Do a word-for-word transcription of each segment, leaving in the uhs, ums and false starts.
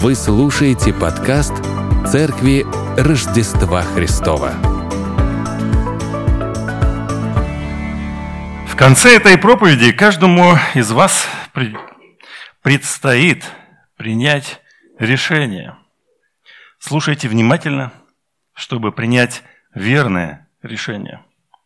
Вы слушаете подкаст Церкви Рождества Христова. В конце этой проповеди каждому из вас предстоит принять решение. Слушайте внимательно, чтобы принять верное решение.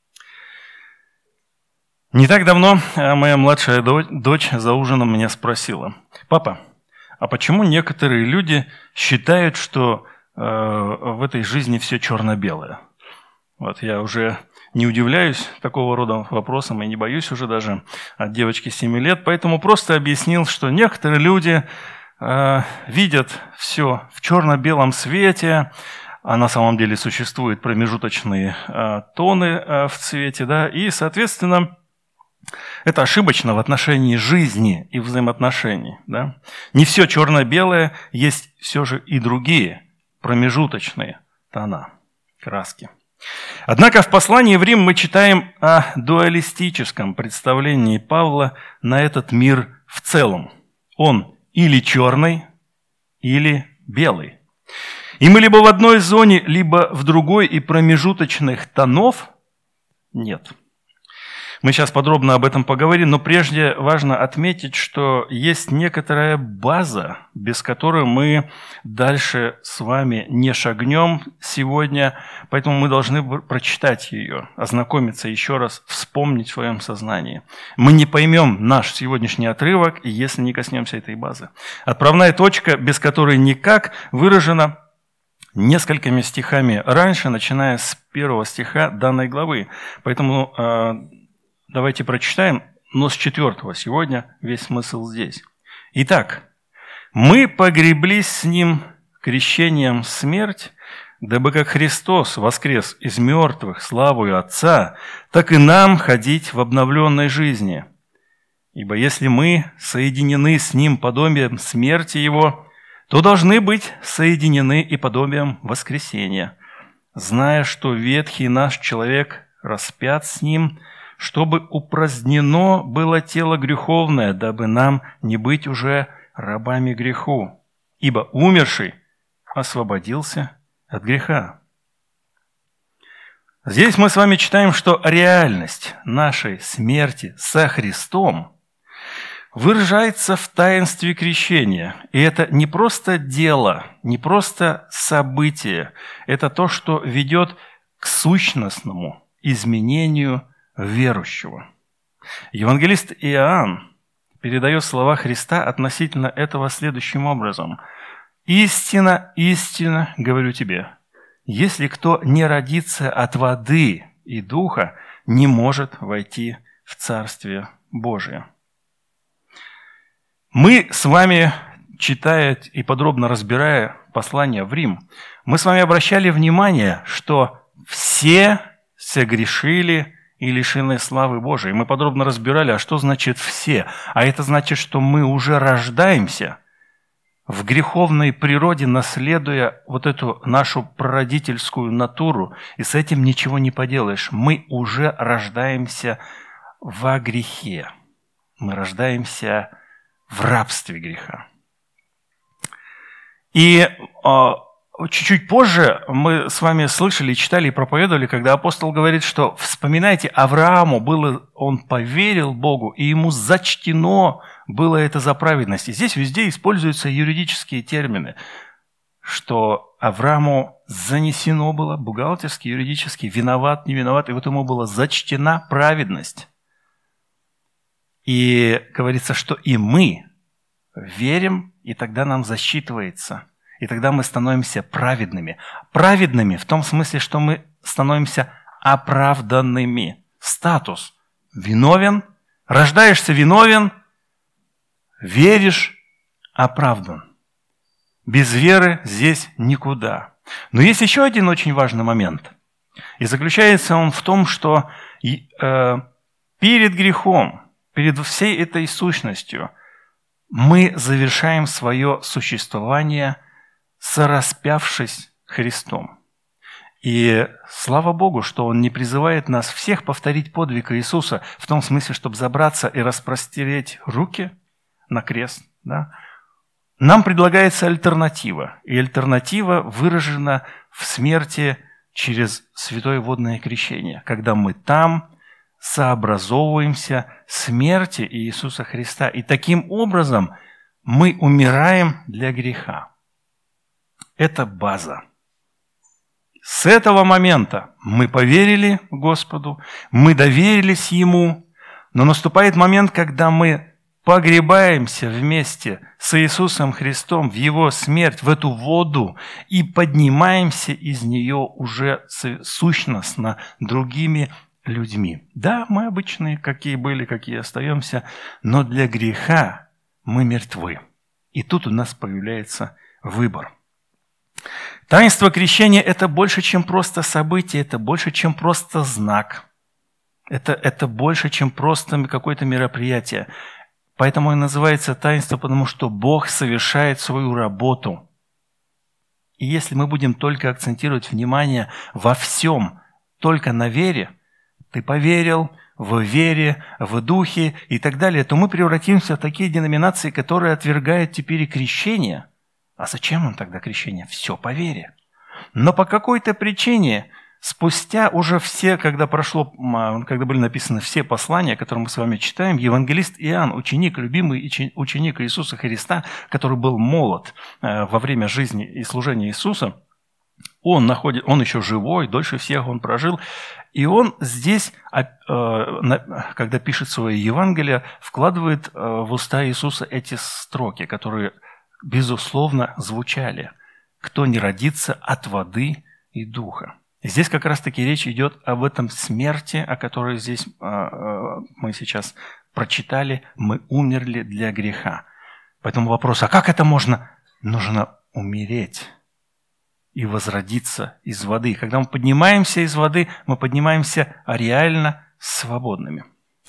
Не так давно моя младшая дочь за ужином меня спросила: «Папа, а почему некоторые люди считают, что э, в этой жизни все черно-белое?» Вот я уже не удивляюсь такого рода вопросам и не боюсь уже даже от девочки семи лет, поэтому просто объяснил, что некоторые люди э, видят все в черно-белом свете, а на самом деле существуют промежуточные э, тоны э, в цвете, да, и, соответственно, это ошибочно в отношении жизни и взаимоотношений. Да? Не все черно-белое, есть все же и другие промежуточные тона, краски. Однако в послании в Рим мы читаем о дуалистическом представлении Павла на этот мир в целом. Он или черный, или белый. И мы либо в одной зоне, либо в другой, и промежуточных тонов нет. Мы сейчас подробно об этом поговорим, но прежде важно отметить, что есть некоторая база, без которой мы дальше с вами не шагнем сегодня, поэтому мы должны прочитать ее, ознакомиться еще раз, вспомнить в своем сознании. Мы не поймем наш сегодняшний отрывок, если не коснемся этой базы. Отправная точка, без которой никак, выражена несколькими стихами раньше, начиная с первого стиха данной главы. Поэтому давайте прочитаем, но с четвертого сегодня весь смысл здесь. Итак, мы погреблись с Ним крещением в смерть, дабы как Христос воскрес из мертвых славою Отца, так и нам ходить в обновленной жизни. Ибо если мы соединены с Ним подобием смерти Его, то должны быть соединены и подобием воскресения, зная, что ветхий наш человек распят с Ним, чтобы упразднено было тело греховное, дабы нам не быть уже рабами греху. Ибо умерший освободился от греха». Здесь мы с вами читаем, что реальность нашей смерти со Христом выражается в таинстве крещения. И это не просто дело, не просто событие, это то, что ведет к сущностному изменению верующего. Евангелист Иоанн передает слова Христа относительно этого следующим образом: «Истина, истина, говорю тебе, если кто не родится от воды и духа, не может войти в Царствие Божие». Мы с вами, читая и подробно разбирая послание в Рим, мы с вами обращали внимание, что все согрешили и лишены славы Божией. Мы подробно разбирали, а что значит «все». А это значит, что мы уже рождаемся в греховной природе, наследуя вот эту нашу прародительскую натуру, и с этим ничего не поделаешь. Мы уже рождаемся во грехе. Мы рождаемся в рабстве греха. И чуть-чуть позже мы с вами слышали, читали и проповедовали, когда апостол говорит, что вспоминайте, Аврааму было, он поверил Богу, и ему зачтено было это за праведность. И здесь везде используются юридические термины, что Аврааму занесено было бухгалтерски, юридически, виноват, не виноват, и вот ему была зачтена праведность. И говорится, что и мы верим, и тогда нам засчитывается. И тогда мы становимся праведными. Праведными в том смысле, что мы становимся оправданными. Статус виновен, рождаешься виновен, веришь, оправдан. Без веры здесь никуда. Но есть еще один очень важный момент. И заключается он в том, что э, перед грехом, перед всей этой сущностью, мы завершаем свое существование, сораспявшись Христом. И слава Богу, что Он не призывает нас всех повторить подвиг Иисуса в том смысле, чтобы забраться и распростереть руки на крест, да? нам предлагается альтернатива. И альтернатива выражена в смерти через святое водное крещение, когда мы там сообразовываемся смерти Иисуса Христа. И таким образом мы умираем для греха. Это база. С этого момента мы поверили Господу, мы доверились Ему, но наступает момент, когда мы погребаемся вместе с Иисусом Христом в Его смерть, в эту воду, и поднимаемся из нее уже сущностно другими людьми. Да, мы обычные, какие были, какие остаемся, но для греха мы мертвы. И тут у нас появляется выбор. Таинство крещения – это больше, чем просто событие, это больше, чем просто знак. Это, это больше, чем просто какое-то мероприятие. Поэтому и называется таинство, потому что Бог совершает свою работу. И если мы будем только акцентировать внимание во всем, только на вере, ты поверил, в вере, в духе и так далее, то мы превратимся в такие деноминации, которые отвергают теперь и крещение. А зачем нам тогда крещение? Все по вере. Но по какой-то причине, спустя уже все, когда прошло, когда были написаны все послания, которые мы с вами читаем, евангелист Иоанн, ученик, любимый ученик Иисуса Христа, который был молод во время жизни и служения Иисуса, он, находит, он еще живой, дольше всех он прожил, и он здесь, когда пишет свое Евангелие, вкладывает в уста Иисуса эти строки, которые, безусловно, звучали: «Кто не родится от воды и духа». И здесь как раз-таки речь идет об этом смерти, о которой здесь мы сейчас прочитали. Мы умерли для греха. Поэтому вопрос: а как это можно? Нужно умереть и возродиться из воды. Когда мы поднимаемся из воды, мы поднимаемся реально свободными.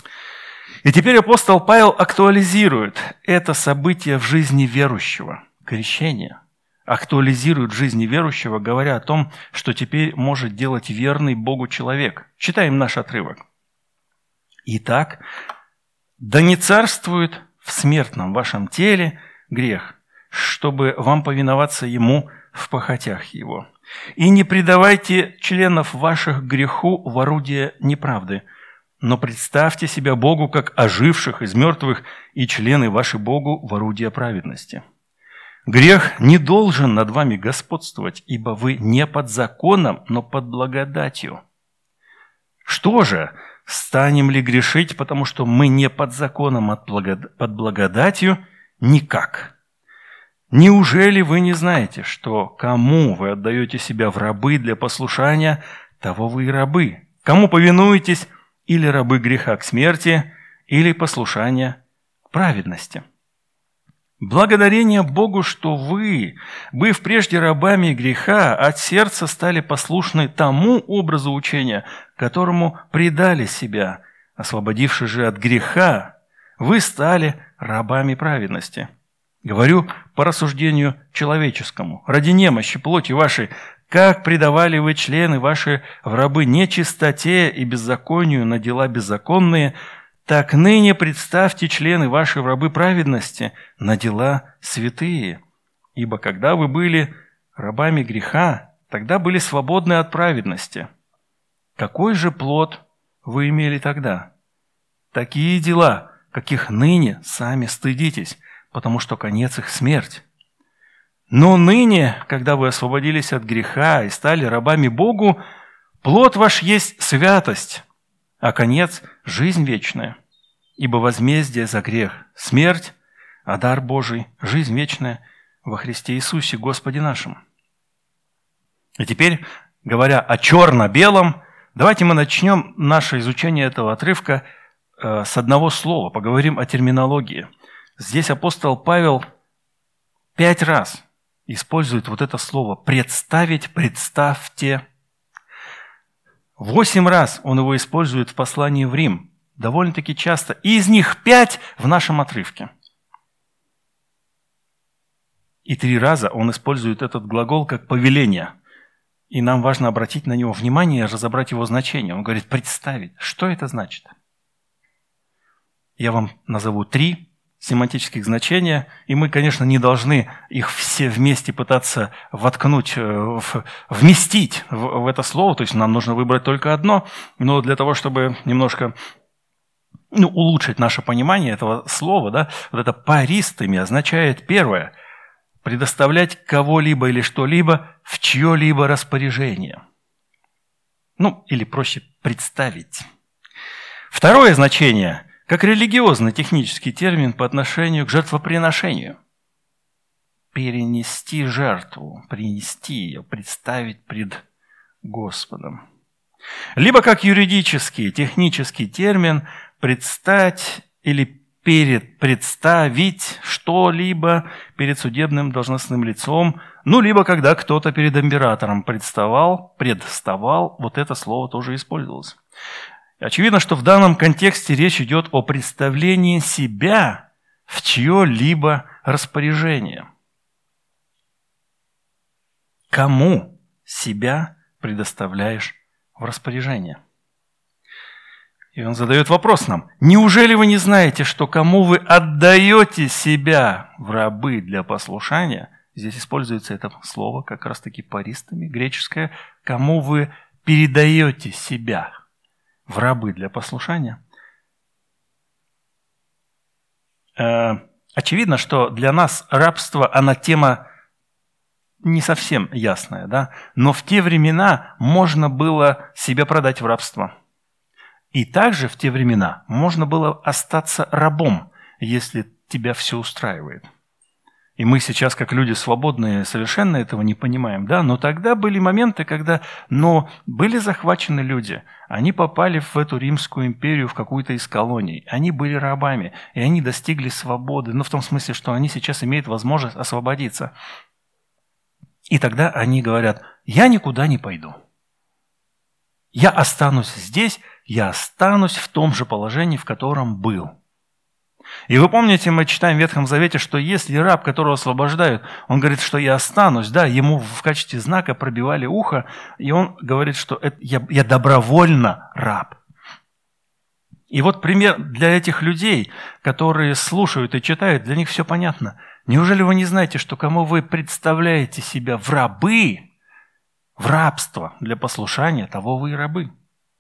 И теперь апостол Павел актуализирует это событие в жизни верующего, крещение. Актуализирует в жизни верующего, говоря о том, что теперь может делать верный Богу человек. Читаем наш отрывок. «Итак, да не царствует в смертном вашем теле грех, чтобы вам повиноваться ему в похотях его. И не предавайте членов ваших греху в орудие неправды, но представьте себя Богу как оживших из мертвых, и члены ваши Богу в орудие праведности. Грех не должен над вами господствовать, ибо вы не под законом, но под благодатью. Что же, станем ли грешить, потому что мы не под законом, а под благодатью? Никак. Неужели вы не знаете, что кому вы отдаете себя в рабы для послушания, того вы и рабы? Кому повинуетесь, или рабы греха к смерти, или послушания к праведности? Благодарение Богу, что вы, быв прежде рабами греха, от сердца стали послушны тому образу учения, которому предали себя, освободившись же от греха, вы стали рабами праведности. Говорю по рассуждению человеческому, ради немощи плоти вашей, как предавали вы члены ваши в рабы нечистоте и беззаконию на дела беззаконные, так ныне представьте члены ваши в рабы праведности на дела святые. Ибо когда вы были рабами греха, тогда были свободны от праведности. Какой же плод вы имели тогда? Такие дела, каких ныне сами стыдитесь, потому что конец их смерть. Но ныне, когда вы освободились от греха и стали рабами Богу, плод ваш есть святость, а конец – жизнь вечная. Ибо возмездие за грех – смерть, а дар Божий – жизнь вечная во Христе Иисусе, Господе нашим. И теперь, говоря о черно-белом, давайте мы начнем наше изучение этого отрывка с одного слова, поговорим о терминологии. Здесь апостол Павел пять раз использует вот это слово «представить», «представьте». Восемь раз он его использует в послании в Рим, довольно-таки часто, и из них пять в нашем отрывке. И три раза он использует этот глагол как повеление. И нам важно обратить на него внимание и разобрать его значение. Он говорит «представить». Что это значит? Я вам назову три семантических значения, и мы, конечно, не должны их все вместе пытаться воткнуть, вместить в, в это слово, то есть нам нужно выбрать только одно, но для того, чтобы немножко ну, улучшить наше понимание этого слова, да, вот это «паристыми» означает первое – предоставлять кого-либо или что-либо в чье-либо распоряжение. Ну, или проще представить. Второе значение – как религиозный технический термин по отношению к жертвоприношению. Перенести жертву, принести ее, представить пред Господом. Либо как юридический, технический термин предстать или перед, представить что-либо перед судебным должностным лицом, ну, либо когда кто-то перед императором представал, представал, вот это слово тоже использовалось. Очевидно, что в данном контексте речь идет о представлении себя в чье-либо распоряжение. Кому себя предоставляешь в распоряжение? И он задает вопрос нам. Неужели вы не знаете, что кому вы отдаете себя в рабы для послушания? Здесь используется это слово как раз-таки паристами, греческое. Кому вы передаете себя в рабы для послушания? Э, очевидно, что для нас рабство, она тема не совсем ясная, да? Но в те времена можно было себя продать в рабство. И также в те времена можно было остаться рабом, если тебя все устраивает. И мы сейчас, как люди свободные, совершенно этого не понимаем, да? Но тогда были моменты, когда, но были захвачены люди, они попали в эту Римскую империю, в какую-то из колоний, они были рабами, и они достигли свободы, ну, в том смысле, что они сейчас имеют возможность освободиться. И тогда они говорят, я никуда не пойду. Я останусь здесь, я останусь в том же положении, в котором был. И вы помните, мы читаем в Ветхом Завете, что если раб, которого освобождают, он говорит, что я останусь, да, ему в качестве знака пробивали ухо, и он говорит, что это, я, я добровольно раб. И вот пример для этих людей, которые слушают и читают, для них все понятно. Неужели вы не знаете, что кому вы представляете себя в рабы, в рабство для послушания, того вы и рабы?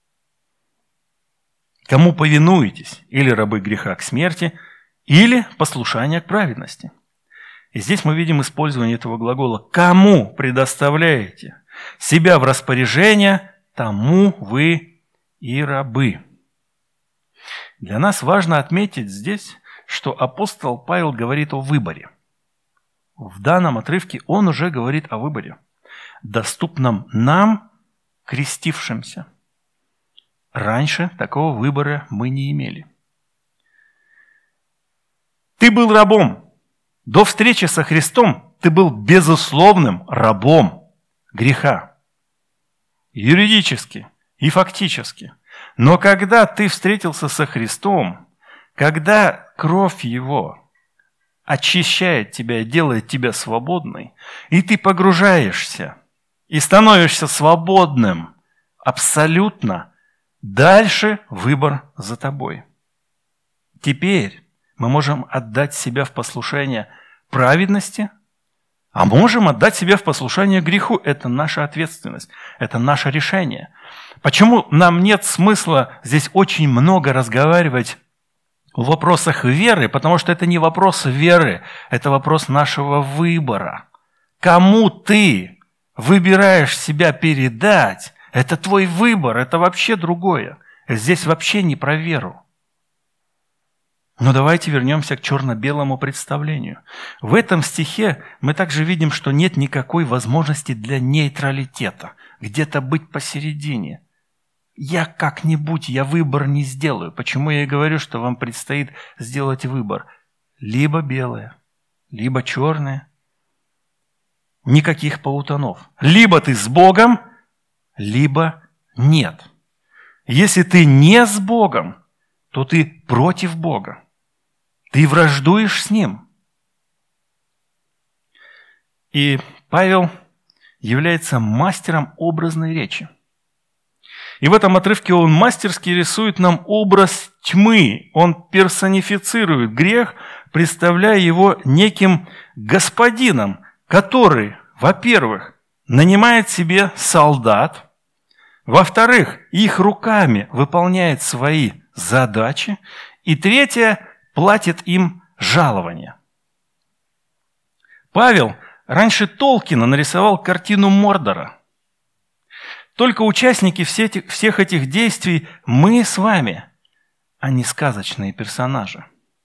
Кому повинуетесь, или рабы греха к смерти, или послушание к праведности. И здесь мы видим использование этого глагола «кому предоставляете себя в распоряжение, тому вы и рабы». Для нас важно отметить здесь, что апостол Павел говорит о выборе. В данном отрывке он уже говорит о выборе, доступном нам, крестившимся. Раньше такого выбора мы не имели. Ты был рабом. До встречи со Христом ты был безусловным рабом греха. Юридически и фактически. Но когда ты встретился со Христом, когда кровь Его очищает тебя, делает тебя свободной, и ты погружаешься и становишься свободным абсолютно, дальше выбор за тобой. Теперь мы можем отдать себя в послушание праведности, а можем отдать себя в послушание греху. Это наша ответственность, это наше решение. Почему нам нет смысла здесь очень много разговаривать в вопросах веры? Потому что это не вопрос веры, это вопрос нашего выбора. Кому ты выбираешь себя передать, это твой выбор, это вообще другое. Здесь вообще не про веру. Но давайте вернемся к черно-белому представлению. В этом стихе мы также видим, что нет никакой возможности для нейтралитета, где-то быть посередине. Я как-нибудь, я выбор не сделаю. Почему я и говорю, что вам предстоит сделать выбор? Либо белое, либо черное. Никаких полутонов. Либо ты с Богом, либо нет. Если ты не с Богом, то ты против Бога. Ты враждуешь с Ним. И Павел является мастером образной речи. И в этом отрывке он мастерски рисует нам образ тьмы. Он персонифицирует грех, представляя его неким господином, который, во-первых, нанимает себе солдат, во-вторых, их руками выполняет свои задачи, и третье, платит им жалование. Павел раньше Толкина нарисовал картину Мордора. Только участники всех этих действий мы с вами, а не сказочные персонажи.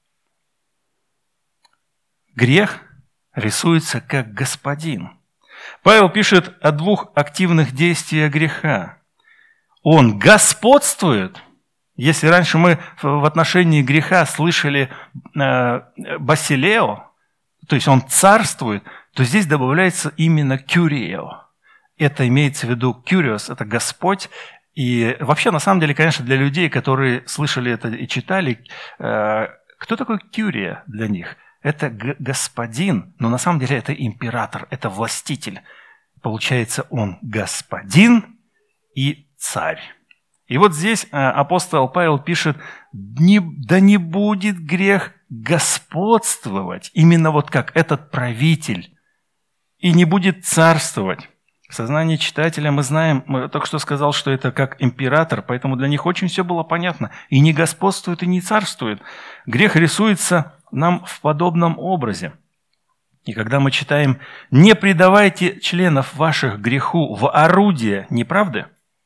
Грех рисуется как господин. Павел пишет о двух активных действиях греха. Он господствует. Если раньше мы в отношении греха слышали э, басилео, то есть он царствует, то здесь добавляется именно кюрио. Это имеется в виду кюриос, это Господь. И вообще, на самом деле, конечно, для людей, которые слышали это и читали, э, кто такой кюрия для них? Это г- господин, но на самом деле это император, это властитель. Получается, он господин и царь. И вот здесь апостол Павел пишет: не, да не будет грех господствовать, именно вот как этот правитель, и не будет царствовать. В сознании читателя мы знаем, мы только что сказал, что это как император, поэтому для них очень все было понятно. И не господствует, и не царствует. Грех рисуется нам в подобном образе. И когда мы читаем: «Не предавайте членов ваших греху в орудие неправды»,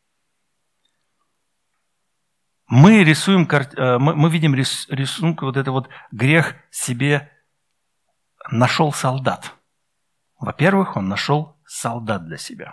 мы рисуем, мы видим рисунок, вот это вот грех себе нашел солдат. Во-первых, он нашел солдат для себя.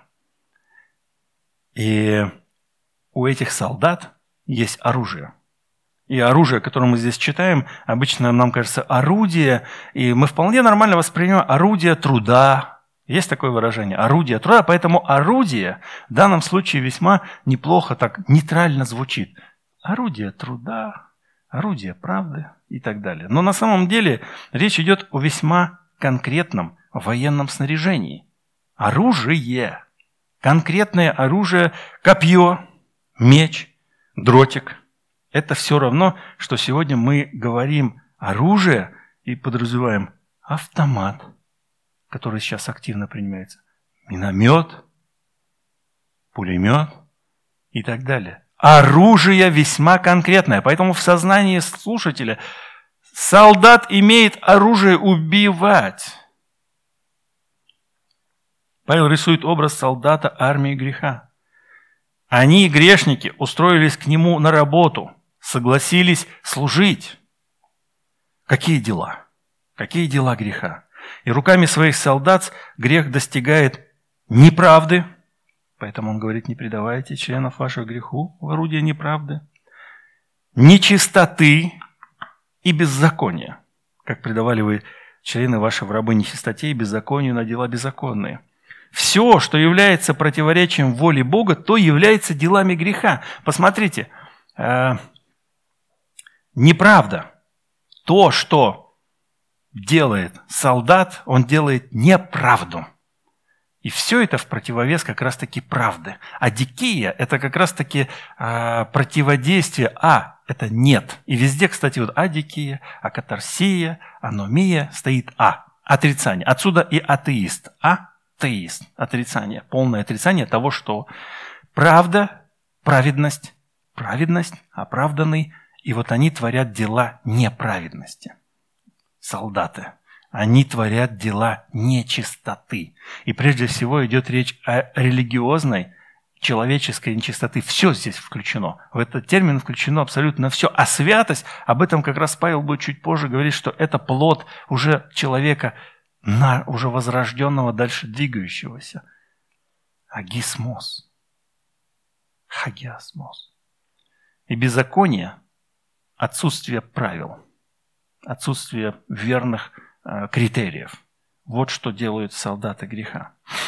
И у этих солдат есть оружие. И оружие, которое мы здесь читаем, обычно нам кажется орудие, и мы вполне нормально воспринимаем орудие труда. Есть такое выражение – орудие труда, поэтому орудие в данном случае весьма неплохо так нейтрально звучит. Орудие труда, орудие правды и так далее. Но на самом деле речь идет о весьма конкретном военном снаряжении. Оружие. Конкретное оружие, копье, меч, дротик. Это все равно, что сегодня мы говорим оружие и подразумеваем автомат, который сейчас активно принимается, миномет, пулемет и так далее. Оружие весьма конкретное. Поэтому в сознании слушателя солдат имеет оружие убивать. Павел рисует образ солдата армии греха. Они, грешники, устроились к нему на работу, согласились служить. Какие дела? Какие дела греха? И руками своих солдат грех достигает неправды. Поэтому он говорит: не предавайте членов ваших греху в орудие неправды, нечистоты и беззакония, как предавали вы члены ваши в рабы нечистоте и беззаконию на дела беззаконные. Все, что является противоречием воле Бога, то является делами греха. Посмотрите, э, неправда. То, что делает солдат, он делает неправду. И все это в противовес как раз-таки правды. А дикия – это как раз-таки э, противодействие «а» – это «нет». И везде, кстати, вот адикия, акатарсия, аномия стоит «а» – отрицание. Отсюда и атеист. Атеист – отрицание, полное отрицание того, что правда, праведность, праведность, оправданный. И вот они творят дела неправедности. Солдаты. Они творят дела нечистоты. И прежде всего идет речь о религиозной, человеческой нечистоты. Все здесь включено. В этот термин включено абсолютно все. А святость, об этом как раз Павел будет чуть позже говорить, что это плод уже человека, на, уже возрожденного, дальше двигающегося. Агисмос. Хагиасмос. И беззаконие – отсутствие правил, отсутствие верных критериев. Вот что делают солдаты греха.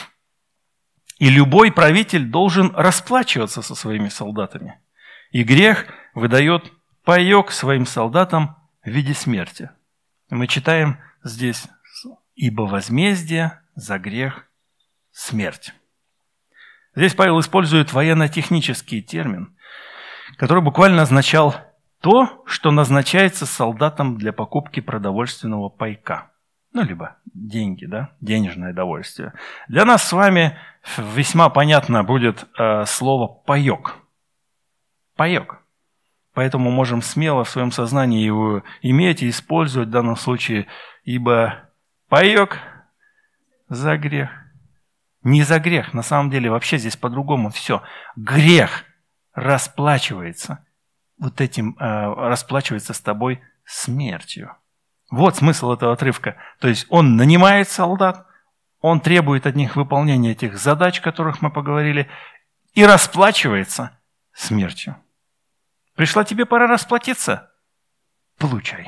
И любой правитель должен расплачиваться со своими солдатами. И грех выдает паёк своим солдатам в виде смерти. Мы читаем здесь: «Ибо возмездие за грех – смерть». Здесь Павел использует военно-технический термин, который буквально означал то, что назначается солдатам для покупки продовольственного пайка. Ну, либо деньги, да, денежное довольствие. Для нас с вами весьма понятно будет э, слово «паёк». Паёк. Поэтому можем смело в своем сознании его иметь и использовать в данном случае, ибо паёк за грех. Не за грех, на самом деле вообще здесь по-другому все. Грех расплачивается. Вот этим э, расплачивается с тобой смертью. Вот смысл этого отрывка. То есть он нанимает солдат, он требует от них выполнения этих задач, о которых мы поговорили, и расплачивается смертью. Пришла тебе пора расплатиться? Получай.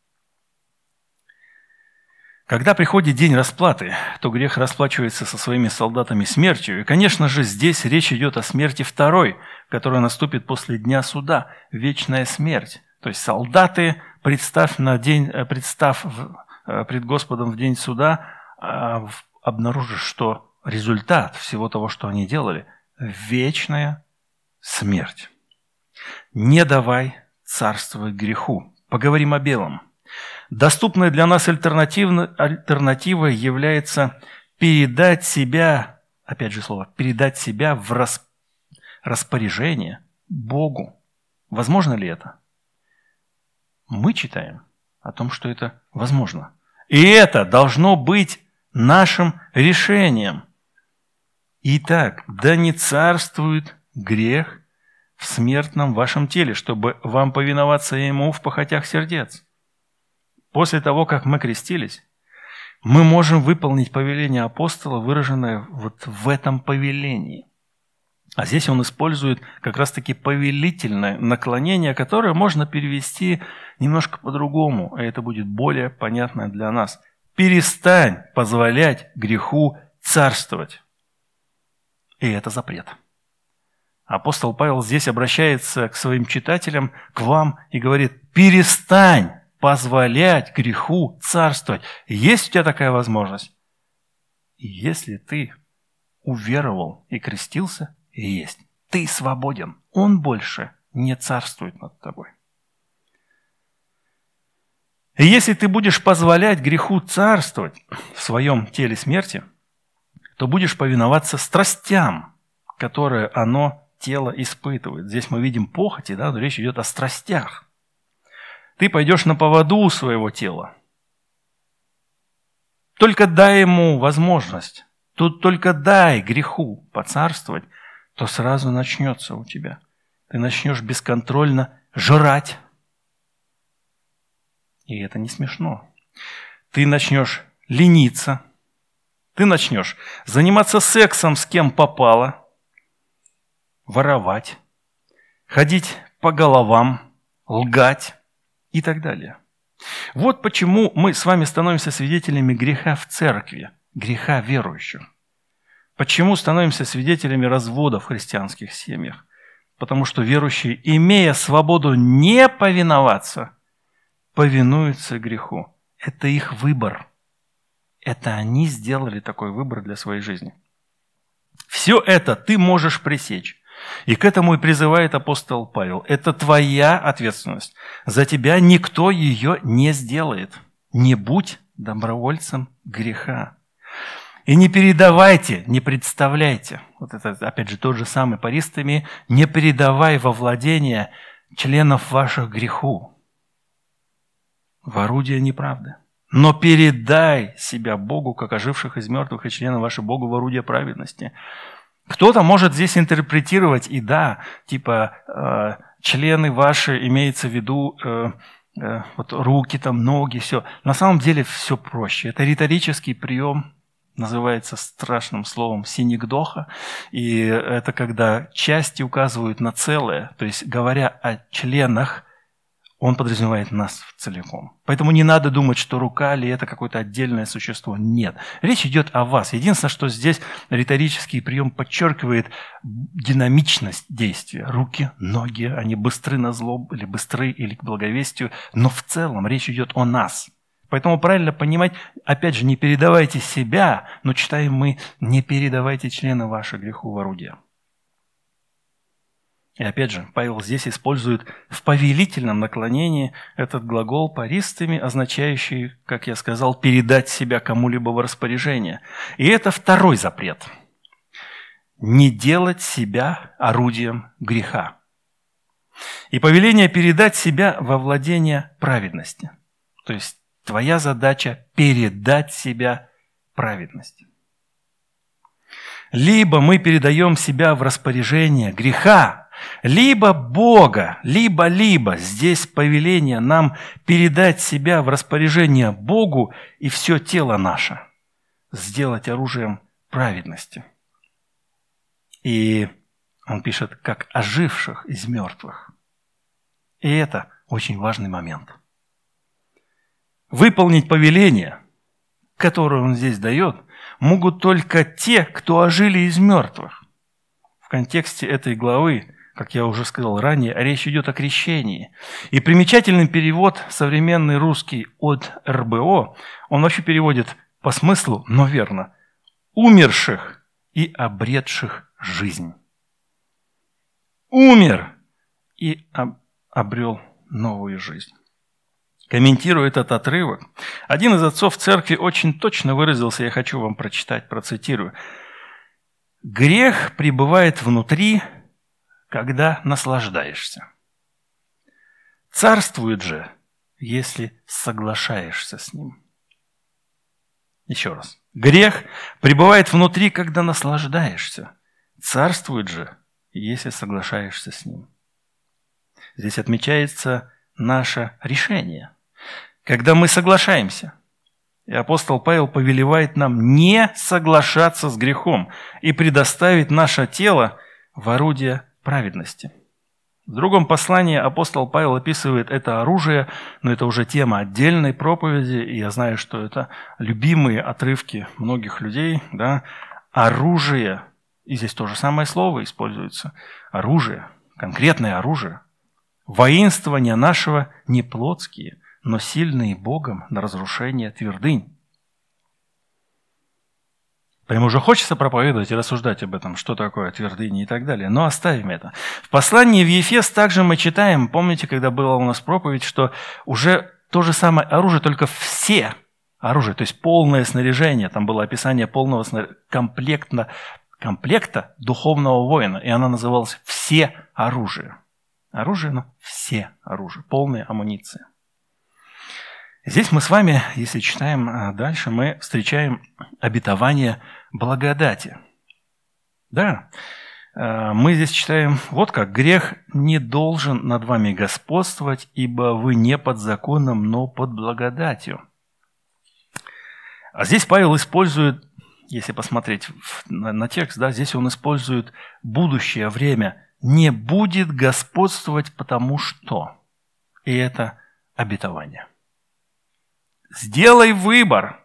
Когда приходит день расплаты, то грех расплачивается со своими солдатами смертью. И, конечно же, здесь речь идет о смерти второй, которая наступит после дня суда. Вечная смерть. То есть солдаты, представ, на день, представ пред Господом в день суда, обнаружат, что результат всего того, что они делали – вечная смерть. Не давай царствовать греху. Поговорим о белом. Доступной для нас альтернативой является передать себя, опять же слово, передать себя в рас, распоряжение Богу. Возможно ли это? Мы читаем о том, что это возможно. И это должно быть нашим решением. Итак, да не царствует грех в смертном вашем теле, чтобы вам повиноваться ему в похотях сердец. После того, как мы крестились, мы можем выполнить повеление апостола, выраженное вот в этом повелении. А здесь он использует как раз-таки повелительное наклонение, которое можно перевести немножко по-другому, а это будет более понятно для нас. Перестань позволять греху царствовать. И это запрет. Апостол Павел здесь обращается к своим читателям, к вам, и говорит: перестань позволять греху царствовать. Есть у тебя такая возможность? И если ты уверовал и крестился, есть. Ты свободен. Он больше не царствует над тобой. И если ты будешь позволять греху царствовать в своем теле смерти, то будешь повиноваться страстям, которые оно, тело, испытывает. Здесь мы видим похоти, да, но речь идет о страстях. Ты пойдешь на поводу у своего тела. Только дай ему возможность, тут только дай греху поцарствовать, то сразу начнется у тебя. Ты начнешь бесконтрольно жрать. И это не смешно. Ты начнешь лениться. Ты начнешь заниматься сексом с кем попало, воровать, ходить по головам, лгать и так далее. Вот почему мы с вами становимся свидетелями греха в церкви, греха верующих. Почему становимся свидетелями развода в христианских семьях? Потому что верующие, имея свободу не повиноваться, повинуются греху. Это их выбор. Это они сделали такой выбор для своей жизни. Все это ты можешь пресечь. И к этому и призывает апостол Павел. Это твоя ответственность. За тебя никто ее не сделает. Не будь добровольцем греха. И не передавайте, не представляйте. Вот это, опять же, тот же самый паристами. Не передавай во владение членов ваших греху. В орудие неправды. Но передай себя Богу, как оживших из мертвых, и членов ваших Богу в орудие праведности. Кто-то может здесь интерпретировать, и да, типа э, члены ваши, имеется в виду э, э, вот руки, там, ноги, все. На самом деле все проще. Это риторический прием, называется страшным словом синекдоха, и это когда части указывают на целое, то есть говоря о членах, он подразумевает нас целиком. Поэтому не надо думать, что рука ли это какое-то отдельное существо. Нет. Речь идет о вас. Единственное, что здесь риторический прием подчеркивает динамичность действия. Руки, ноги, они быстры на зло, или быстры, или к благовестию. Но в целом речь идет о нас. Поэтому правильно понимать, опять же, не передавайте себя, но читаем мы, не передавайте члены ваших греху в орудие. И опять же, Павел здесь использует в повелительном наклонении этот глагол паристыми, означающий, как я сказал, передать себя кому-либо в распоряжение. И это второй запрет. Не делать себя орудием греха. И повеление передать себя во владение праведности. То есть твоя задача передать себя праведности. Либо мы передаем себя в распоряжение греха, либо Бога, либо-либо. Здесь повеление нам передать себя в распоряжение Богу и все тело наше сделать оружием праведности. И он пишет, как оживших из мертвых. И это очень важный момент. Выполнить повеление, которое он здесь дает, могут только те, кто ожили из мертвых. В контексте этой главы, как я уже сказал ранее, речь идет о крещении. И примечательный перевод, современный русский от эр бэ о, он вообще переводит по смыслу, но верно, умерших и обретших жизнь. Умер и обрел новую жизнь. Комментируя этот отрывок, один из отцов церкви очень точно выразился, я хочу вам прочитать, процитирую. «Грех пребывает внутри, когда наслаждаешься. Царствует же, если соглашаешься с ним». Еще раз. Грех пребывает внутри, когда наслаждаешься. Царствует же, если соглашаешься с ним. Здесь отмечается наше решение, когда мы соглашаемся. И апостол Павел повелевает нам не соглашаться с грехом и предоставить наше тело в орудие праведности. В другом послании апостол Павел описывает это оружие, но это уже тема отдельной проповеди, и я знаю, что это любимые отрывки многих людей, да, оружие, и здесь то же самое слово используется, оружие, конкретное оружие, воинствование нашего не плотские, но сильные Богом на разрушение твердынь. Прям уже хочется проповедовать и рассуждать об этом, что такое твердыни и так далее, но оставим это. В послании в Ефес также мы читаем, помните, когда была у нас проповедь, что уже то же самое оружие, только все оружие, то есть полное снаряжение, там было описание полного снар... комплекта, комплекта духовного воина, и она называлась «все оружие». Оружие, но все оружие, полная амуниция. Здесь мы с вами, если читаем дальше, мы встречаем обетование благодати. Да, мы здесь читаем, вот как: грех не должен над вами господствовать, ибо вы не под законом, но под благодатью. А здесь Павел использует, если посмотреть на, на текст, да, здесь он использует будущее время. Не будет господствовать, потому что. И это обетование. Сделай выбор.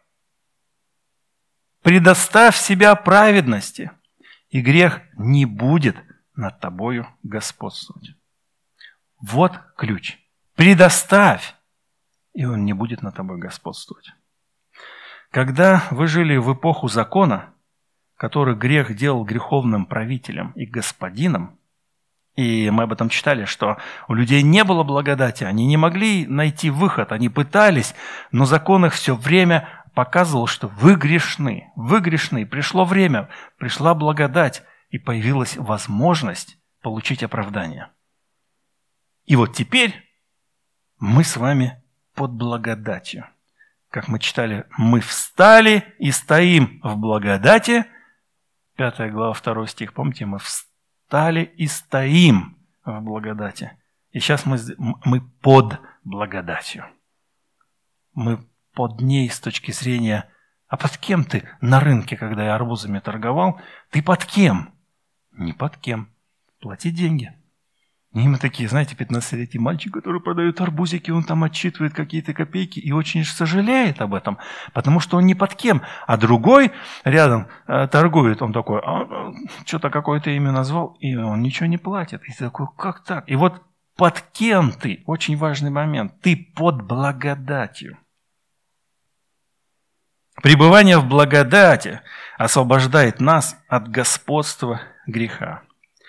Предоставь себя праведности, и грех не будет над тобою господствовать. Вот ключ. Предоставь, и он не будет над тобой господствовать. Когда вы жили в эпоху закона, который грех делал греховным правителем и господином, и мы об этом читали, что у людей не было благодати, они не могли найти выход, они пытались, но закон их все время показывал, что вы грешны, вы грешны. Пришло время, пришла благодать, и появилась возможность получить оправдание. И вот теперь мы с вами под благодатью. Как мы читали, мы встали и стоим в благодати. Пятая глава, второй стих, помните, мы встали. Стали и стоим в благодати. И сейчас мы, мы под благодатью. Мы под ней с точки зрения, а под кем ты на рынке, когда я арбузами торговал, ты под кем? Не под кем. Плати деньги. И мы такие, знаете, пятнадцатилетний мальчик, который продает арбузики, он там отсчитывает какие-то копейки и очень сожалеет об этом, потому что он не под кем. А другой рядом э, торгует, он такой, а, что-то какое-то имя назвал, и он ничего не платит. И ты такой, как так? И вот под кем ты? Очень важный момент. Ты под благодатью. Пребывание в благодати освобождает нас от господства греха.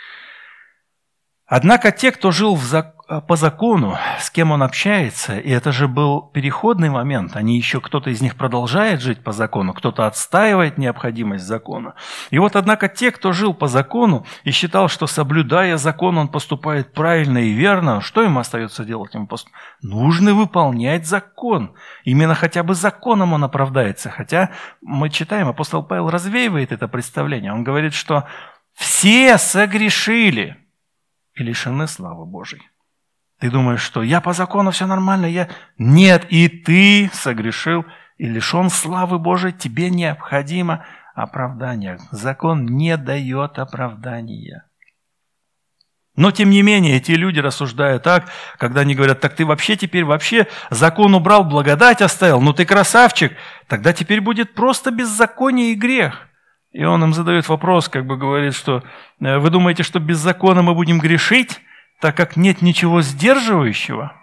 Однако те, кто жил в зак... по закону, с кем он общается, и это же был переходный момент, они еще, кто-то из них продолжает жить по закону, кто-то отстаивает необходимость закона. И вот, однако, те, кто жил по закону и считал, что, соблюдая закон, он поступает правильно и верно, что ему остается делать? Ему пост... Нужно выполнять закон. Именно хотя бы законом он оправдается. Хотя мы читаем, апостол Павел развеивает это представление. Он говорит, что все согрешили и лишены славы Божией. Ты думаешь, что я по закону все нормально, я... Нет, и ты согрешил и лишен славы Божией, тебе необходимо оправдание. Закон не дает оправдания. Но, тем не менее, эти люди рассуждают так, когда они говорят, так ты вообще теперь вообще закон убрал, благодать оставил, ну ты красавчик, тогда теперь будет просто беззаконие и грех. И он им задает вопрос, как бы говорит, что вы думаете, что без закона мы будем грешить, так как нет ничего сдерживающего?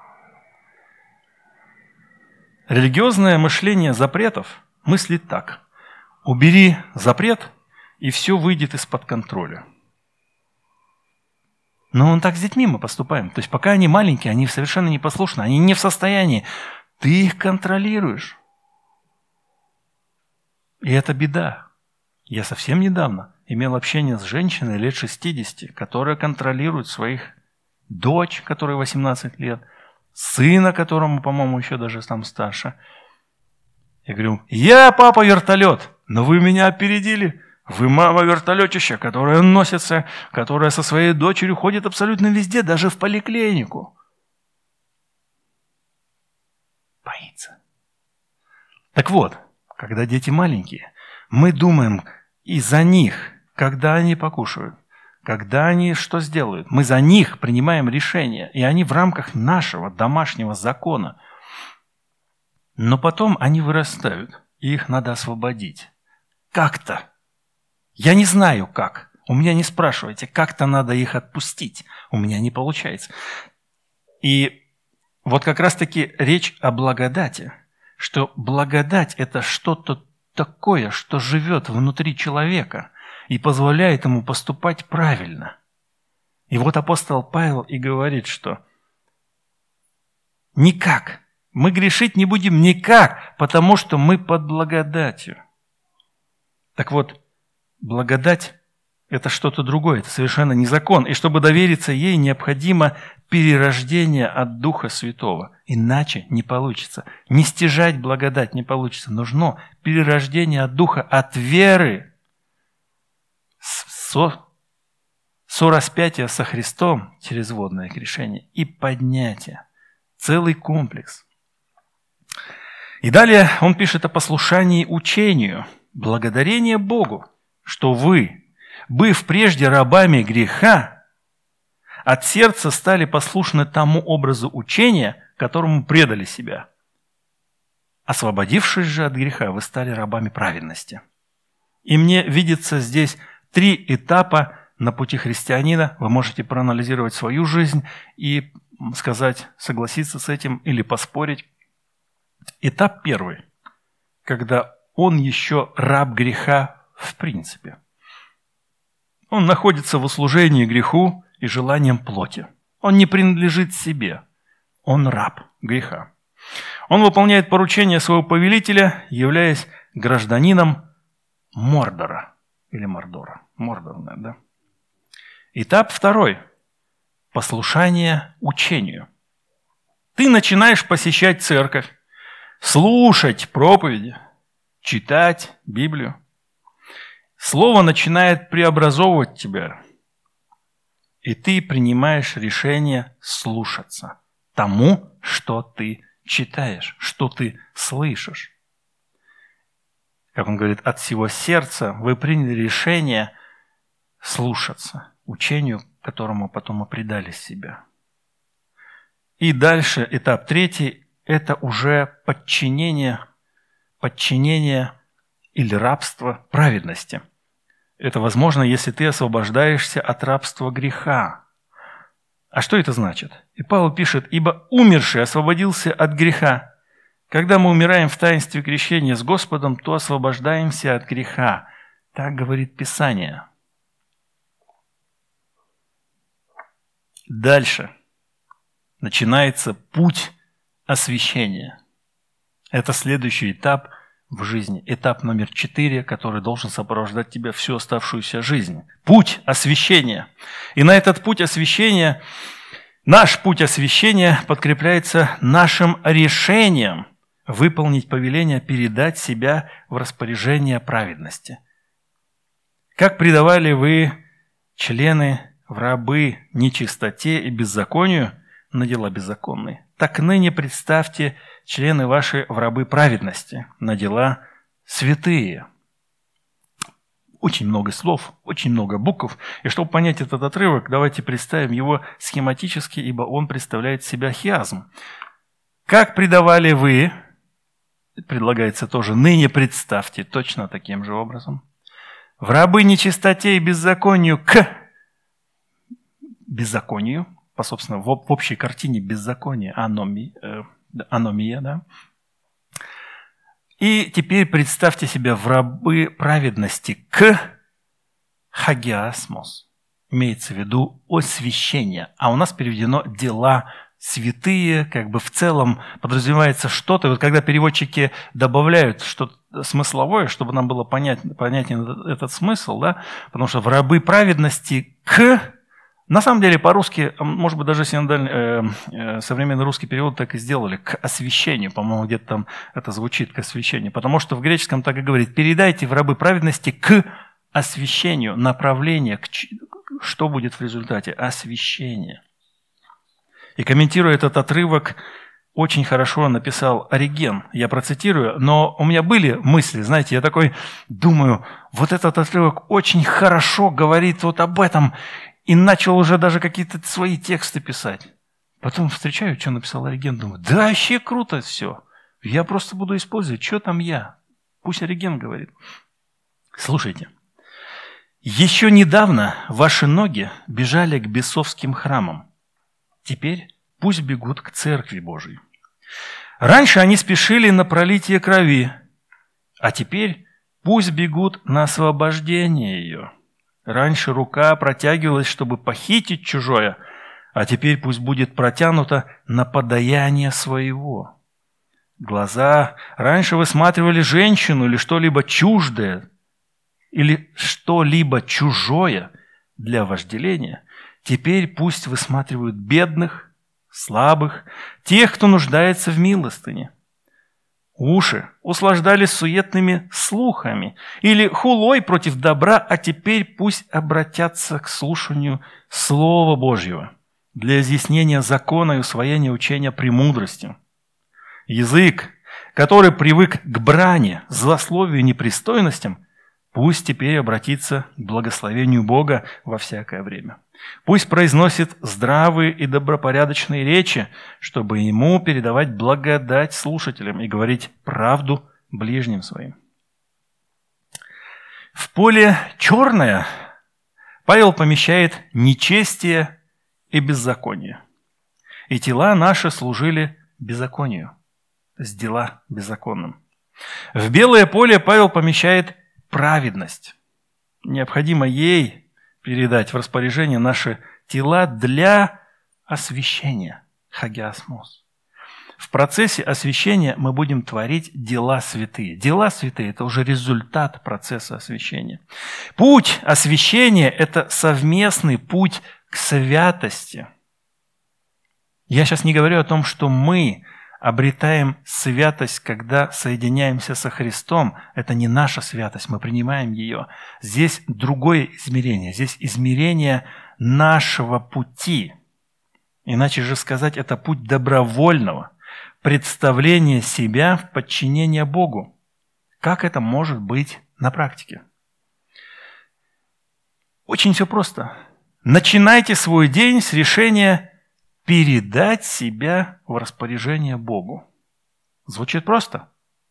Религиозное мышление запретов мыслит так. Убери запрет, и все выйдет из-под контроля. Но он так с детьми мы поступаем. То есть пока они маленькие, они совершенно непослушны, они не в состоянии. Ты их контролируешь. И это беда. Я совсем недавно имел общение с женщиной лет шестидесяти, которая контролирует своих дочь, которой восемнадцать лет, сына, которому, по-моему, еще даже там старше. Я говорю, я папа вертолет, но вы меня опередили. Вы мама вертолетища, которая носится, которая со своей дочерью ходит абсолютно везде, даже в поликлинику. Боится. Так вот, когда дети маленькие, мы думаем и за них, когда они покушают, когда они что сделают. Мы за них принимаем решения, и они в рамках нашего домашнего закона. Но потом они вырастают, и их надо освободить. Как-то. Я не знаю как. У меня не спрашивайте, как-то надо их отпустить. У меня не получается. И вот как раз-таки речь о благодати, что благодать – это что-то такое, что живет внутри человека и позволяет ему поступать правильно. И вот апостол Павел и говорит, что никак, мы грешить не будем никак, потому что мы под благодатью. Так вот, благодать – это что-то другое, это совершенно не закон. И чтобы довериться ей, необходимо перерождение от Духа Святого. Иначе не получится. Не стяжать благодать не получится. Нужно перерождение от Духа, от веры. Со, сораспятие со Христом через водное крещение и поднятие. Целый комплекс. И далее он пишет о послушании учению. Благодарение Богу, что вы, быв прежде рабами греха, от сердца стали послушны тому образу учения, которому предали себя. Освободившись же от греха, вы стали рабами праведности. И мне видится здесь три этапа на пути христианина. Вы можете проанализировать свою жизнь и сказать, согласиться с этим или поспорить. Этап первый, когда он еще раб греха в принципе. Он находится в услужении греху и желаниям плоти. Он не принадлежит себе. Он раб греха. Он выполняет поручения своего повелителя, являясь гражданином Мордора. Или Мордора. Мордор, да. Этап второй. Послушание учению. Ты начинаешь посещать церковь, слушать проповеди, читать Библию. Слово начинает преобразовывать тебя. И ты принимаешь решение слушаться тому, что ты читаешь, что ты слышишь. Как он говорит, от всего сердца вы приняли решение слушаться учению, которому потом и предали себя. И дальше этап третий – это уже подчинение, подчинение или рабство праведности. Это возможно, если ты освобождаешься от рабства греха. А что это значит? И Павел пишет, «Ибо умерший освободился от греха, Когда мы умираем в таинстве крещения с Господом, то освобождаемся от греха. Так говорит Писание. Дальше начинается путь освящения. Это следующий этап в жизни. Этап номер четыре, который должен сопровождать тебя всю оставшуюся жизнь. Путь освящения. И на этот путь освящения, наш путь освящения подкрепляется нашим решением выполнить повеление, передать себя в распоряжение праведности. Как предавали вы, члены, в рабы нечистоте и беззаконию на дела беззаконные, так ныне представьте члены ваши в рабы праведности на дела святые. Очень много слов, очень много букв. И чтобы понять этот отрывок, давайте представим его схематически, ибо он представляет из себя хиазм. Как предавали вы, предлагается тоже, ныне представьте точно таким же образом, в рабы нечистоте и беззаконию к беззаконию, по, собственно, в, в общей картине беззакония, аномия, э, аномия, да. И теперь представьте себя в рабы праведности к хагиасмос. Имеется в виду освящение. А у нас переведено дела святые, как бы в целом подразумевается что-то. Вот когда переводчики добавляют что-то смысловое, чтобы нам было понять, понятен этот, этот смысл, да, потому что в рабы праведности к... На самом деле, по-русски, может быть, даже синодальный, э, э, современный русский перевод так и сделали, к освящению, по-моему, где-то там это звучит, к освящению, потому что в греческом так и говорит, передайте в рабы праведности к освящению, направление, к, что будет в результате? Освящение. И комментируя этот отрывок, очень хорошо написал Ориген, я процитирую, но у меня были мысли, знаете, я такой думаю, вот этот отрывок очень хорошо говорит вот об этом, и начал уже даже какие-то свои тексты писать. Потом встречаю, что написал Ориген, думаю, да вообще круто все. Я просто буду использовать, что там я. Пусть Ориген говорит. Слушайте. Еще недавно ваши ноги бежали к бесовским храмам. Теперь пусть бегут к Церкви Божией. Раньше они спешили на пролитие крови, а теперь пусть бегут на освобождение ее. Раньше рука протягивалась, чтобы похитить чужое, а теперь пусть будет протянута на подаяние своего. Глаза раньше высматривали женщину или что-либо чуждое, или что-либо чужое для вожделения. Теперь пусть высматривают бедных, слабых, тех, кто нуждается в милостыне. Уши услаждались суетными слухами или хулой против добра, а теперь пусть обратятся к слушанию Слова Божьего для изъяснения закона и усвоения учения премудростью. Язык, который привык к брани, злословию и непристойностям, пусть теперь обратится к благословению Бога во всякое время. Пусть произносит здравые и добропорядочные речи, чтобы ему передавать благодать слушателям и говорить правду ближним своим. В поле черное Павел помещает нечестие и беззаконие. И тела наши служили беззаконию, с дела беззаконным. В белое поле Павел помещает праведность. Необходимо ей передать в распоряжение наши тела для освящения, хагиасмос. В процессе освящения мы будем творить дела святые. Дела святые – это уже результат процесса освящения. Путь освящения – это совместный путь к святости. Я сейчас не говорю о том, что мы обретаем святость, когда соединяемся со Христом. Это не наша святость, мы принимаем ее. Здесь другое измерение, здесь измерение нашего пути. Иначе же сказать, это путь добровольного представления себя в подчинение Богу. Как это может быть на практике? Очень все просто. Начинайте свой день с решения передать себя в распоряжение Богу. Звучит просто.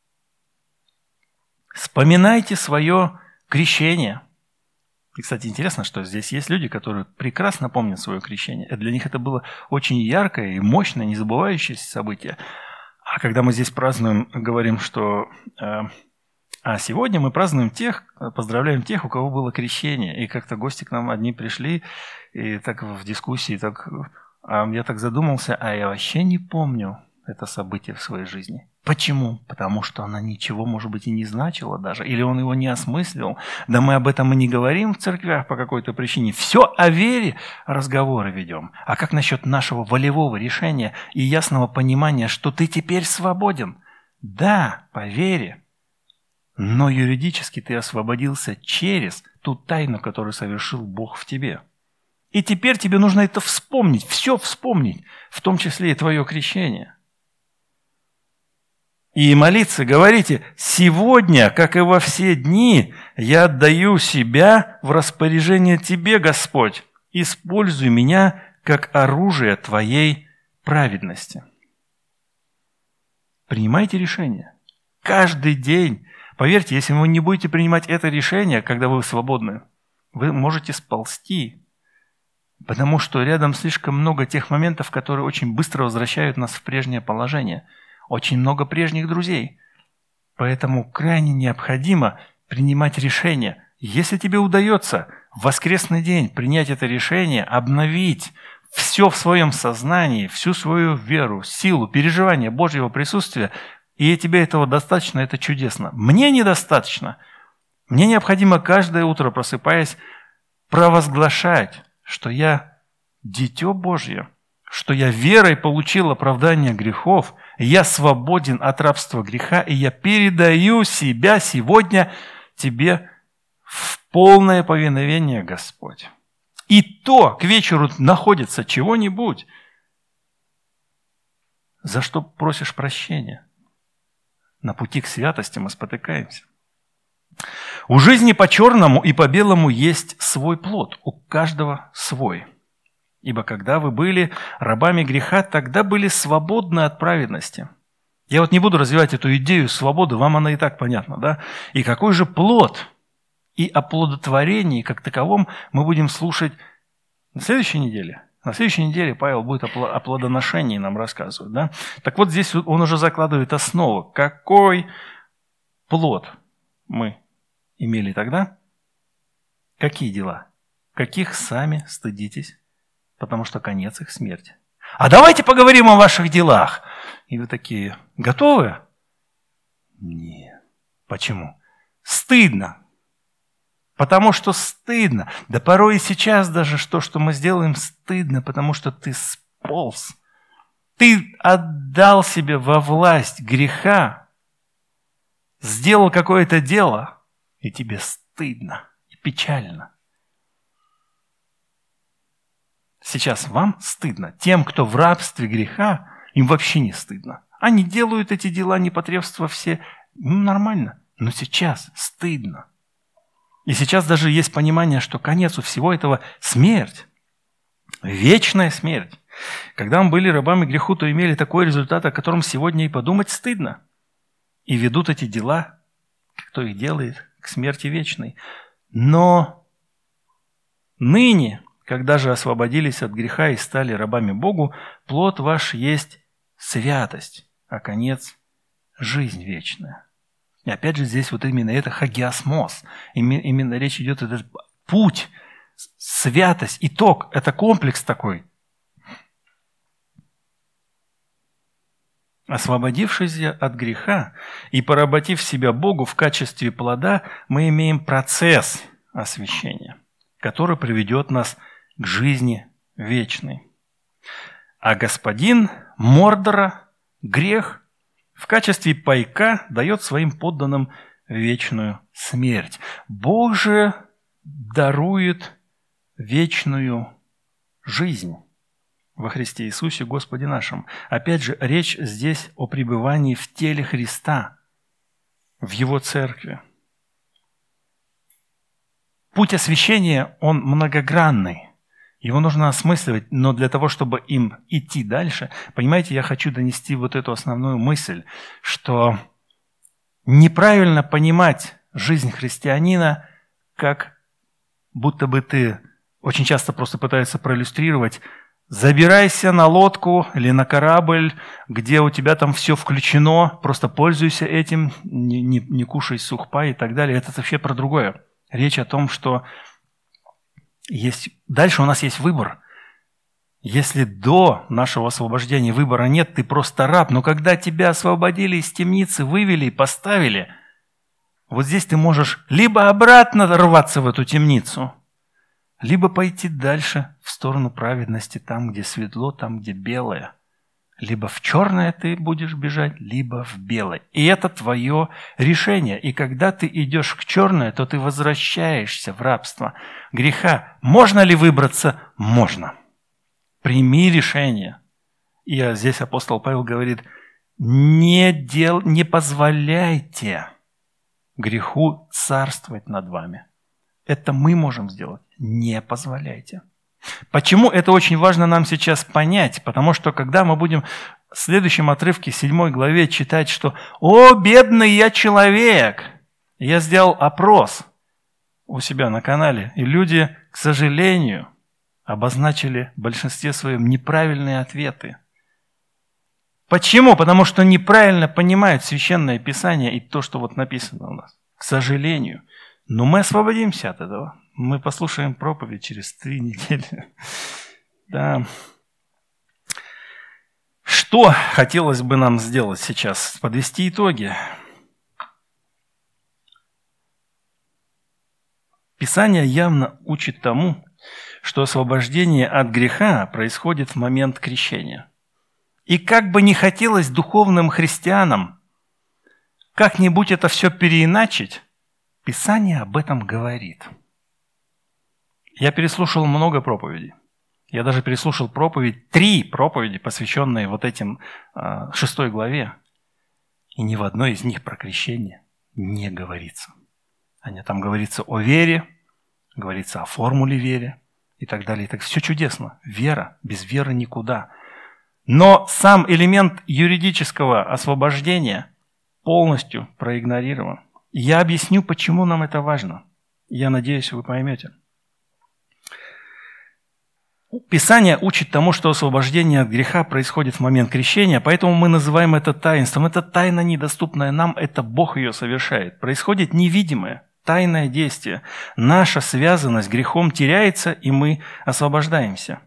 Вспоминайте свое крещение. И, кстати, интересно, что здесь есть люди, которые прекрасно помнят свое крещение. Для них это было очень яркое и мощное, незабывающееся событие. А когда мы здесь празднуем, говорим, что э, а сегодня мы празднуем тех, поздравляем тех, у кого было крещение. И как-то гости к нам одни пришли, и так в дискуссии, так, а я так задумался, а я вообще не помню это событие в своей жизни. Почему? Потому что оно ничего, может быть, и не значило даже, или он его не осмыслил. Да мы об этом и не говорим в церквях по какой-то причине. Все о вере разговоры ведем. А как насчет нашего волевого решения и ясного понимания, что ты теперь свободен? Да, по вере. Но юридически ты освободился через ту тайну, которую совершил Бог в тебе. И теперь тебе нужно это вспомнить, все вспомнить, в том числе и твое крещение. И молиться, говорите, сегодня, как и во все дни, я отдаю себя в распоряжение Тебе, Господь. Используй меня как оружие Твоей праведности. Принимайте решение. Каждый день. Поверьте, если вы не будете принимать это решение, когда вы свободны, вы можете сползти. Потому что рядом слишком много тех моментов, которые очень быстро возвращают нас в прежнее положение. Очень много прежних друзей. Поэтому крайне необходимо принимать решение. Если тебе удается в воскресный день принять это решение, обновить все в своем сознании, всю свою веру, силу, переживание Божьего присутствия, и тебе этого достаточно, это чудесно. Мне недостаточно. Мне необходимо каждое утро, просыпаясь, провозглашать, что я дитё Божье, что я верой получил оправдание грехов, я свободен от рабства греха, и я передаю себя сегодня Тебе в полное повиновение, Господь. И то к вечеру находится чего-нибудь, за что просишь прощения. На пути к святости мы спотыкаемся. У жизни по черному и по белому есть свой плод, у каждого свой. Ибо когда вы были рабами греха, тогда были свободны от праведности. Я вот не буду развивать эту идею свободы, вам она и так понятна, да? И какой же плод? И о плодотворении как таковом мы будем слушать на следующей неделе. На следующей неделе Павел будет о плодоношении нам рассказывать, да? Так вот здесь он уже закладывает основу. Какой плод мы имели тогда? Какие дела? Каких сами стыдитесь? Потому что конец их смерть. А давайте поговорим о ваших делах. И вы такие, готовы? Нет. Почему? Стыдно. Потому что стыдно. Да порой и сейчас даже то, что мы сделаем, стыдно, потому что ты сполз. Ты отдал себе во власть греха, сделал какое-то дело, и тебе стыдно и печально. Сейчас вам стыдно. Тем, кто в рабстве греха, им вообще не стыдно. Они делают эти дела, непотребства все, ну, нормально. Но сейчас стыдно. И сейчас даже есть понимание, что конец у всего этого – смерть. Вечная смерть. Когда мы были рабами греху, то имели такой результат, о котором сегодня и подумать стыдно. И ведут эти дела, кто их делает, к смерти вечной. Но ныне, когда же освободились от греха и стали рабами Богу, плод ваш есть святость, а конец – жизнь вечная. И опять же здесь вот именно это хагиасмос. Именно речь идет о этот путь, святость, итог. Это комплекс такой. Освободившись от греха и поработив себя Богу в качестве плода, мы имеем процесс освящения, который приведет нас к жизни вечной. А господин Мордора, грех, в качестве пайка дает своим подданным вечную смерть. Бог же дарует вечную жизнь во Христе Иисусе Господе нашим. Опять же, речь здесь о пребывании в теле Христа, в Его церкви. Путь освящения, он многогранный. Его нужно осмысливать, но для того, чтобы им идти дальше, понимаете, я хочу донести вот эту основную мысль, что неправильно понимать жизнь христианина, как будто бы ты очень часто просто пытаются проиллюстрировать Забирайся на лодку или на корабль, где у тебя там все включено, просто пользуйся этим, не, не, не кушай сухпай и так далее. Это вообще про другое. Речь о том, что есть... дальше у нас есть выбор. Если до нашего освобождения выбора нет, ты просто раб. Но когда тебя освободили из темницы, вывели и поставили, вот здесь ты можешь либо обратно рваться в эту темницу, либо пойти дальше в сторону праведности, там, где светло, там, где белое. Либо в черное ты будешь бежать, либо в белое. И это твое решение. И когда ты идешь к черное, то ты возвращаешься в рабство греха. Можно ли выбраться? Можно. Прими решение. И здесь апостол Павел говорит, не, дел, не позволяйте греху царствовать над вами. Это мы можем сделать. Не позволяйте. Почему это очень важно нам сейчас понять? Потому что когда мы будем в следующем отрывке, седьмой главе, читать, что «О, бедный я человек!» Я сделал опрос у себя на канале, и люди, к сожалению, обозначили в большинстве своем неправильные ответы. Почему? Потому что неправильно понимают Священное Писание и то, что вот написано у нас. К сожалению. Но мы освободимся от этого. Мы послушаем проповедь через три недели. Да. Что хотелось бы нам сделать сейчас? Подвести итоги. Писание явно учит тому, что освобождение от греха происходит в момент крещения. И как бы ни хотелось духовным христианам как-нибудь это все переиначить, Писание об этом говорит. Я переслушал много проповедей. Я даже переслушал проповедь, три проповеди, посвященные вот этим э, шестой главе. И ни в одной из них про крещение не говорится. Там говорится о вере, говорится о формуле веры и так далее. И так все чудесно. Вера, без веры никуда. Но сам элемент юридического освобождения полностью проигнорирован. Я объясню, почему нам это важно. Я надеюсь, вы поймете. Писание учит тому, что освобождение от греха происходит в момент крещения, поэтому мы называем это таинством. Это тайна, недоступная нам, это Бог ее совершает. Происходит невидимое, тайное действие. Наша связанность с грехом теряется, и мы освобождаемся.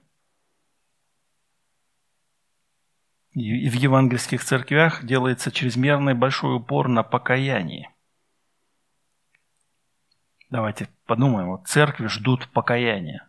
И в евангельских церквях делается чрезмерный большой упор на покаяние. Давайте подумаем, вот церкви ждут покаяния.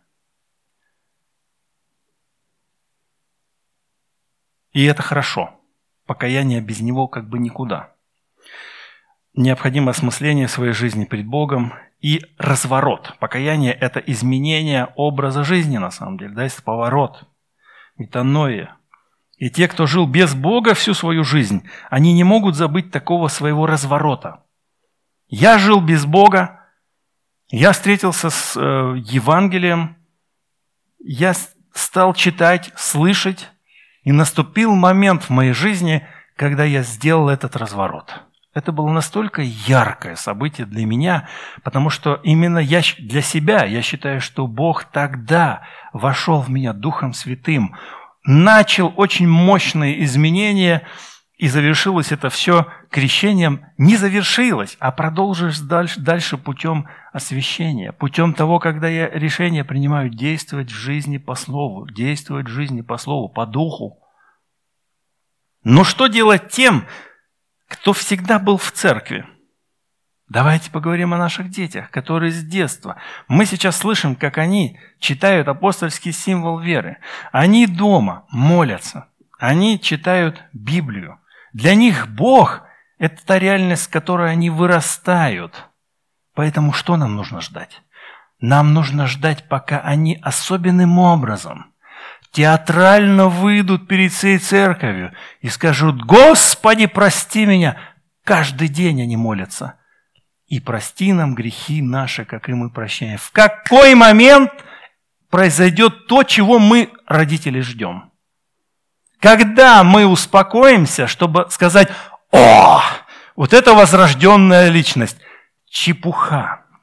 И это хорошо. Покаяние без него как бы никуда. Необходимо осмысление своей жизни перед Богом и разворот. Покаяние – это изменение образа жизни на самом деле. Да, это поворот, метаноия. И те, кто жил без Бога всю свою жизнь, они не могут забыть такого своего разворота. Я жил без Бога, я встретился с э, Евангелием, я стал читать, слышать, и наступил момент в моей жизни, когда я сделал этот разворот. Это было настолько яркое событие для меня, потому что именно я, для себя я считаю, что Бог тогда вошел в меня Духом Святым, начал очень мощные изменения, и завершилось это все крещением. Не завершилось, а продолжилось дальше, дальше путем освящения, путем того, когда я решение принимаю действовать в жизни по слову, действовать в жизни по слову, по духу. Но что делать тем, кто всегда был в церкви? Давайте поговорим о наших детях, которые с детства. Мы сейчас слышим, как они читают апостольский символ веры. Они дома молятся, они читают Библию. Для них Бог – это та реальность, с которой они вырастают. Поэтому что нам нужно ждать? Нам нужно ждать, пока они особенным образом, театрально выйдут перед всей церковью и скажут: «Господи, прости меня!» Каждый день они молятся. «И прости нам грехи наши, как и мы прощаем». В какой момент произойдет то, чего мы, родители, ждем? Когда мы успокоимся, чтобы сказать: «О, вот это возрожденная личность». Чепуха.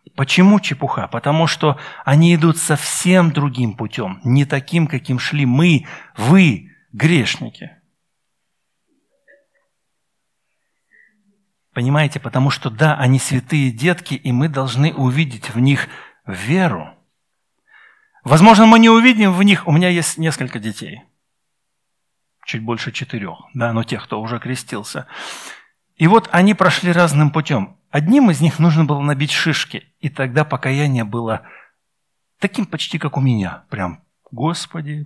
Почему чепуха? Потому что они идут совсем другим путем, не таким, каким шли мы, вы, грешники. Понимаете? Потому что да, они святые детки, и мы должны увидеть в них веру. Возможно, мы не увидим в них, у меня есть несколько детей, чуть больше четырех, да, но тех, кто уже крестился. И вот они прошли разным путем. Одним из них нужно было набить шишки, и тогда покаяние было таким почти, как у меня. Прям, Господи.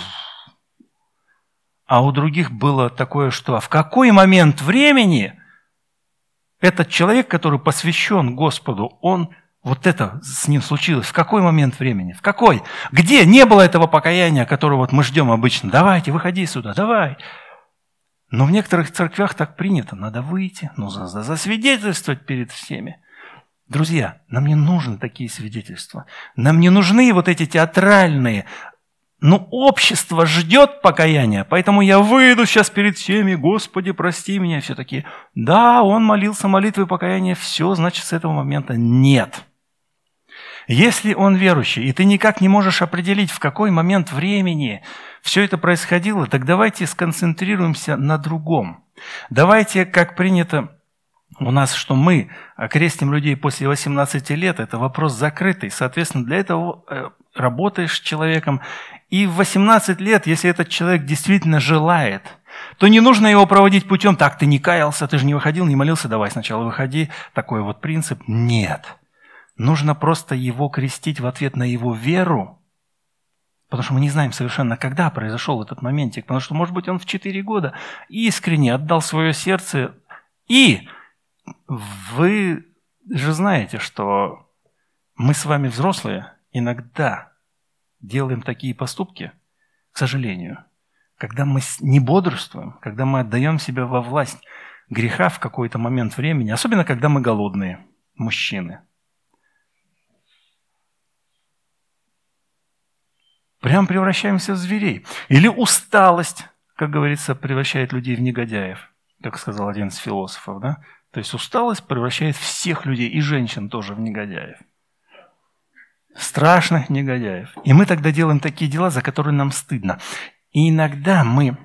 А у других было такое, что а в какой момент времени этот человек, который посвящен Господу, он, вот это с ним случилось, в какой момент времени? В какой? Где не было этого покаяния, которого вот мы ждем обычно? Давайте, выходи сюда, давай. Но в некоторых церквях так принято. Надо выйти, нужно засвидетельствовать перед всеми. Друзья, нам не нужны такие свидетельства. Нам не нужны вот эти театральные. Но общество ждет покаяния, поэтому я выйду сейчас перед всеми, Господи, прости меня. Все такие, да, он молился молитвой покаяния, все, значит, с этого момента нет. Если он верующий, и ты никак не можешь определить, в какой момент времени все это происходило, так давайте сконцентрируемся на другом. Давайте, как принято у нас, что мы крестим людей после восемнадцати лет, это вопрос закрытый. Соответственно, для этого работаешь с человеком. И в восемнадцать лет, если этот человек действительно желает, то не нужно его проводить путем, так, ты не каялся, ты же не выходил, не молился, давай сначала выходи. Такой вот принцип. Нет. Нужно просто его крестить в ответ на его веру, потому что мы не знаем совершенно, когда произошел этот моментик, потому что, может быть, он в четыре года искренне отдал свое сердце. И вы же знаете, что мы с вами взрослые иногда делаем такие поступки, к сожалению, когда мы не бодрствуем, когда мы отдаем себя во власть греха в какой-то момент времени, особенно когда мы голодные, мужчины. Прям превращаемся в зверей. Или усталость, как говорится, превращает людей в негодяев, как сказал один из философов, да? То есть усталость превращает всех людей, и женщин тоже, в негодяев. Страшных негодяев. И мы тогда делаем такие дела, за которые нам стыдно. И иногда мы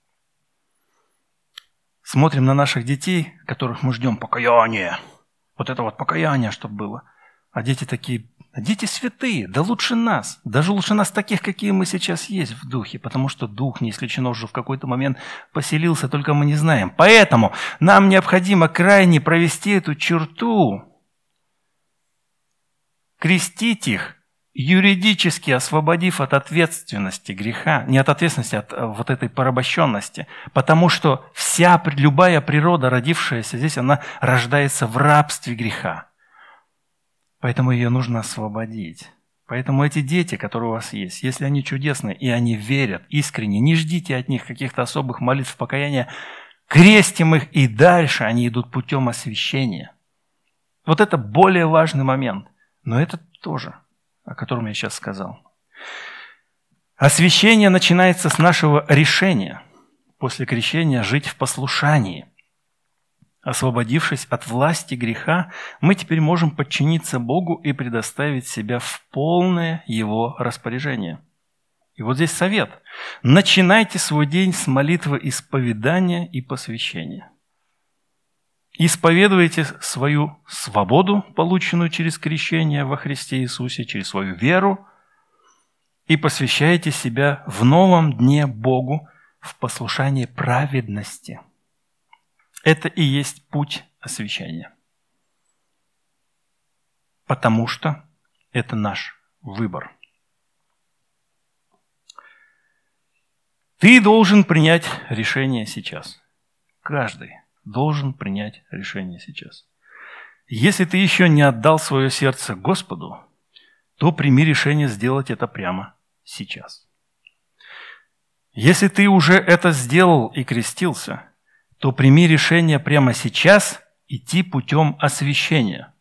смотрим на наших детей, которых мы ждем покаяния. Вот это вот покаяние, чтобы было. А дети такие, а дети святые, да лучше нас. Даже лучше нас таких, какие мы сейчас есть в духе. Потому что дух, не исключено, уже в какой-то момент поселился, только мы не знаем. Поэтому нам необходимо крайне провести эту черту, крестить их, юридически освободив от ответственности греха, не от ответственности, а от вот этой порабощенности, потому что вся, любая природа, родившаяся здесь, она рождается в рабстве греха. Поэтому ее нужно освободить. Поэтому эти дети, которые у вас есть, если они чудесные и они верят искренне, не ждите от них каких-то особых молитв покаяния, крестим их, и дальше они идут путем освящения. Вот это более важный момент. Но это тоже, о котором я сейчас сказал. Освящение начинается с нашего решения после крещения жить в послушании. Освободившись от власти греха, мы теперь можем подчиниться Богу и предоставить себя в полное Его распоряжение. И вот здесь совет. Начинайте свой день с молитвы исповедания и посвящения. Исповедуйте свою свободу, полученную через крещение во Христе Иисусе, через свою веру, и посвящайте себя в новом дне Богу в послушании праведности. Это и есть путь освящения. Потому что это наш выбор. Ты должен принять решение сейчас. Каждый должен принять решение сейчас. Если ты еще не отдал свое сердце Господу, то прими решение сделать это прямо сейчас. Если ты уже это сделал и крестился, то прими решение прямо сейчас идти путем освящения.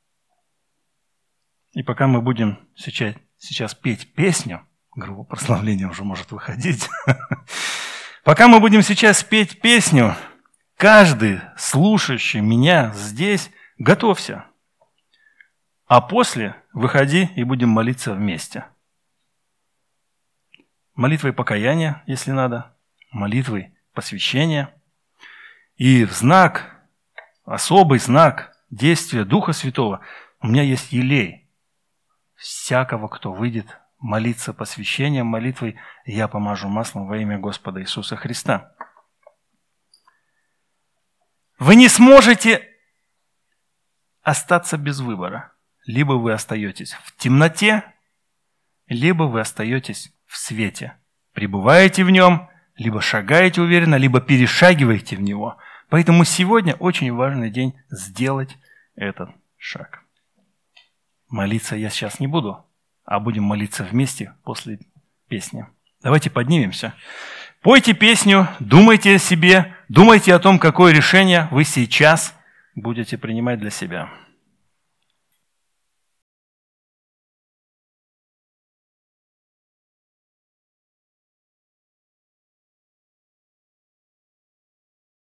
И пока мы будем сейчас, сейчас петь песню, группа прославления уже может выходить, пока мы будем сейчас петь песню, каждый, слушающий меня здесь, готовься. а после выходи и будем молиться вместе. Молитвой покаяния, если надо, молитвой посвящения. И в знак, особый знак действия Духа Святого, у меня есть елей. Всякого, кто выйдет молиться посвящением, молитвой, я помажу маслом во имя Господа Иисуса Христа. Вы не сможете остаться без выбора. Либо вы остаетесь в темноте, либо вы остаетесь в свете. Пребываете в нем, либо шагаете уверенно, либо перешагиваете в него. Поэтому сегодня очень важный день сделать этот шаг. Молиться я сейчас не буду, а будем молиться вместе после песни. Давайте поднимемся. Пойте песню, думайте о себе, думайте о том, какое решение вы сейчас будете принимать для себя.